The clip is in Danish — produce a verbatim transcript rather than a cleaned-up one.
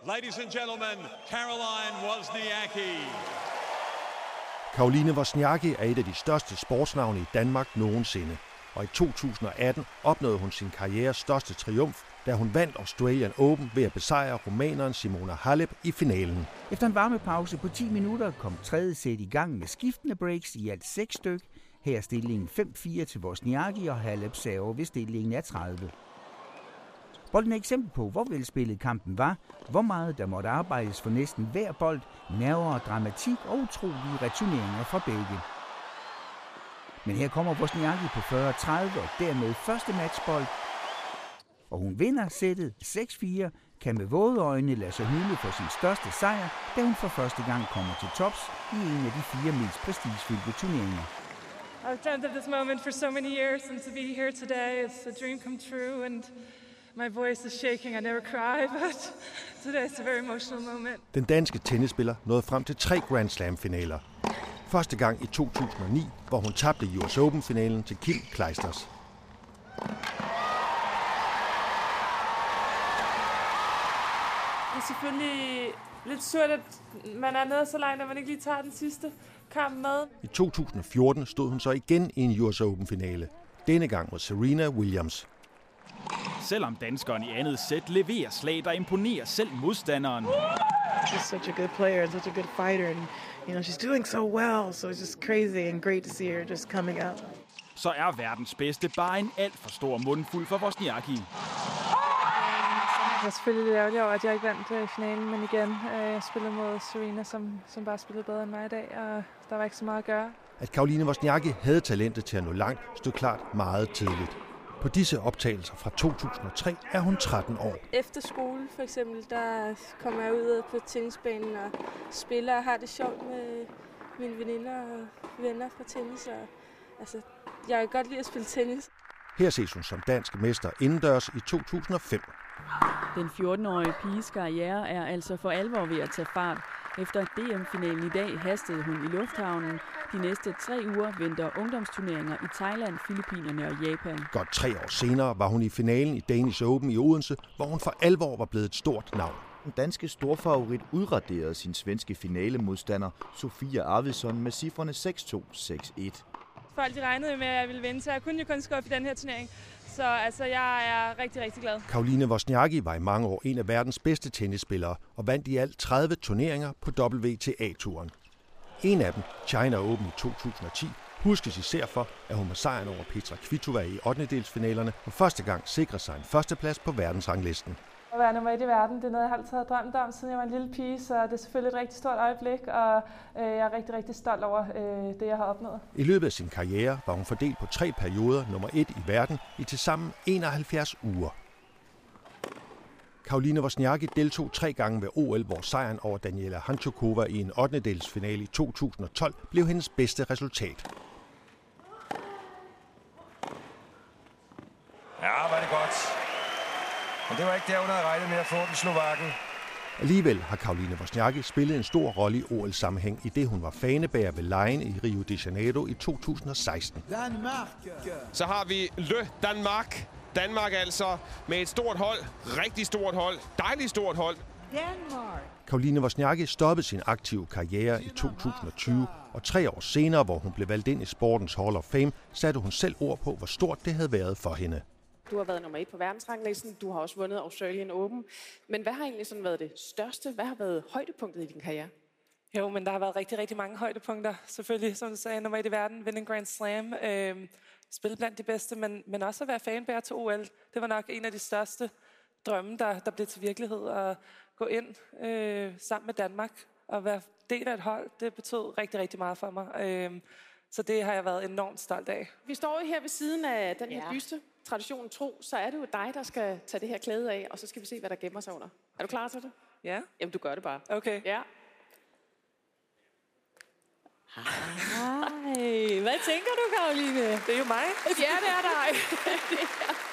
Ladies and gentlemen, Caroline Wozniacki. Caroline Wozniacki er et af de største sportsnavne i Danmark nogensinde, og i to tusind og atten opnåede hun sin karrieres største triumf, da hun vandt Australian Open ved at besejre rumæneren Simona Halep i finalen. Efter en varmepause på ti minutter kom tredje sæt i gang med skiftende breaks i alt seks styk. Her er stillingen fem fire til Wozniacki, og Halep server ved stillingen er tredive. Bolden er et eksempel på, hvor velspillet kampen var, hvor meget der måtte arbejdes for næsten hver bold, nerver og dramatik og utrolige returneringer fra begge. Men her kommer Wozniacki på fyrre tredive og dermed første matchbold. Og hun vinder sættet seks fire, kan med våde øjne lade sig hylde for sin største sejr, da hun for første gang kommer til tops i en af de fire mest prestigefyldte turneringer. I've dreamt of this moment for so many years, and to be here today is a dream come true, and my voice is shaking. I never cry, but today is a very emotional moment. Den danske tennisspiller nåede frem til tre Grand Slam-finaler. Første gang i to tusind og ni, hvor hun tabte U S Open-finalen til Kim Clijsters. Det er selvfølgelig lidt surt, at man er nede så langt, at man ikke lige tager den sidste kamp med. I to tusind og fjorten stod hun så igen i en U S Open-finale. Denne gang mod Serena Williams. Selvom danskeren i andet sæt leverer slag, der imponerer selv modstanderen. She's such a good player, such a good fighter, and you know she's doing so well, so it's just crazy and great to see her just coming up. Så er verdens bedste bare en alt for stor mundfuld for Wozniacki. Jeg er selvfølgelig lidt ærgerlig over, at jeg ikke vandt i finalen, men igen, jeg spillede mod Serena, som, som bare spillede bedre end mig i dag, og der var ikke så meget at gøre. At Caroline Wozniacki havde talentet til at nå langt, stod klart meget tidligt. På disse optagelser fra to tusind og tre er hun tretten år. Efter skole for eksempel, der kommer jeg ud på tennisbanen og spiller og har det sjovt med mine veninder og venner fra tennis. Og, altså, jeg kan godt lide at spille tennis. Her ses hun som dansk mester indendørs i to tusind og fem. Den fjorten-årige piges karriere er altså for alvor ved at tage fart. Efter D M-finalen i dag hastede hun i lufthavnen. De næste tre uger venter ungdomsturneringer i Thailand, Filippinerne og Japan. Godt tre år senere var hun i finalen i Danish Open i Odense, hvor hun for alvor var blevet et stort navn. Den danske storfavorit udraderede sin svenske finalemodstander Sofia Arvidsson med cifrene seks to og seks et. Folk de regnede jo med, at jeg ville vinde, så jeg kunne jo kun skuffe i den her turnering. Så altså, jeg er rigtig, rigtig glad. Caroline Wozniacki var i mange år en af verdens bedste tennisspillere og vandt i alt tredive turneringer på W T A-turen. En af dem, China Open i to tusind og ti, huskes især for, at hun med sejren over Petra Kvitova i ottendedelsfinalerne for første gang sikrede sig en førsteplads på verdensranglisten. At være nummer et i verden, det er noget, jeg altid har drømt om, siden jeg var en lille pige, så det er selvfølgelig et rigtig stort øjeblik, og øh, jeg er rigtig, rigtig stolt over øh, det, jeg har opnået. I løbet af sin karriere var hun fordelt på tre perioder nummer et i verden i tilsammen enoghalvfjerds uger. Caroline Wozniacki deltog tre gange ved O L, hvor sejren over Daniela Hantuchova i en ottendedelsfinale i to tusind og tolv blev hendes bedste resultat. Ja, var det godt. Men det var ikke der, hun havde regnet med at få den slovakken. Alligevel har Caroline Wozniacki spillet en stor rolle i O L-sammenhæng, i det hun var fanebærer ved legene i Rio de Janeiro i to tusind og seksten. Danmark. Så har vi Le Danmark. Danmark altså med et stort hold, rigtig stort hold, dejligt stort hold. Danmark. Caroline Wozniacki stoppede sin aktive karriere i to tusind og tyve, og tre år senere, hvor hun blev valgt ind i sportens Hall of Fame, satte hun selv ord på, hvor stort det havde været for hende. Du har været nummer et på verdensranglisten, du har også vundet Australian Open. Men hvad har egentlig sådan været det største? Hvad har været højdepunktet i din karriere? Jo, men der har været rigtig, rigtig mange højdepunkter. Selvfølgelig, som du sagde, nummer et i verden, vinde en Grand Slam, øh, spille blandt de bedste, men, men også at være fanbærer til O L. Det var nok en af de største drømme, der, der blev til virkelighed. At gå ind øh, sammen med Danmark og være del af et hold, det betød rigtig, rigtig meget for mig. Øh, så det har jeg været enormt stolt af. Vi står jo her ved siden af den her ja. byste. Traditionen tro, så er det jo dig, der skal tage det her klæde af, og så skal vi se, hvad der gemmer sig under. Er du klar til det? Ja. Jamen, du gør det bare. Okay. Ja. Hej. Hvad tænker du, Caroline? Det er jo mig. Ja, det er dig.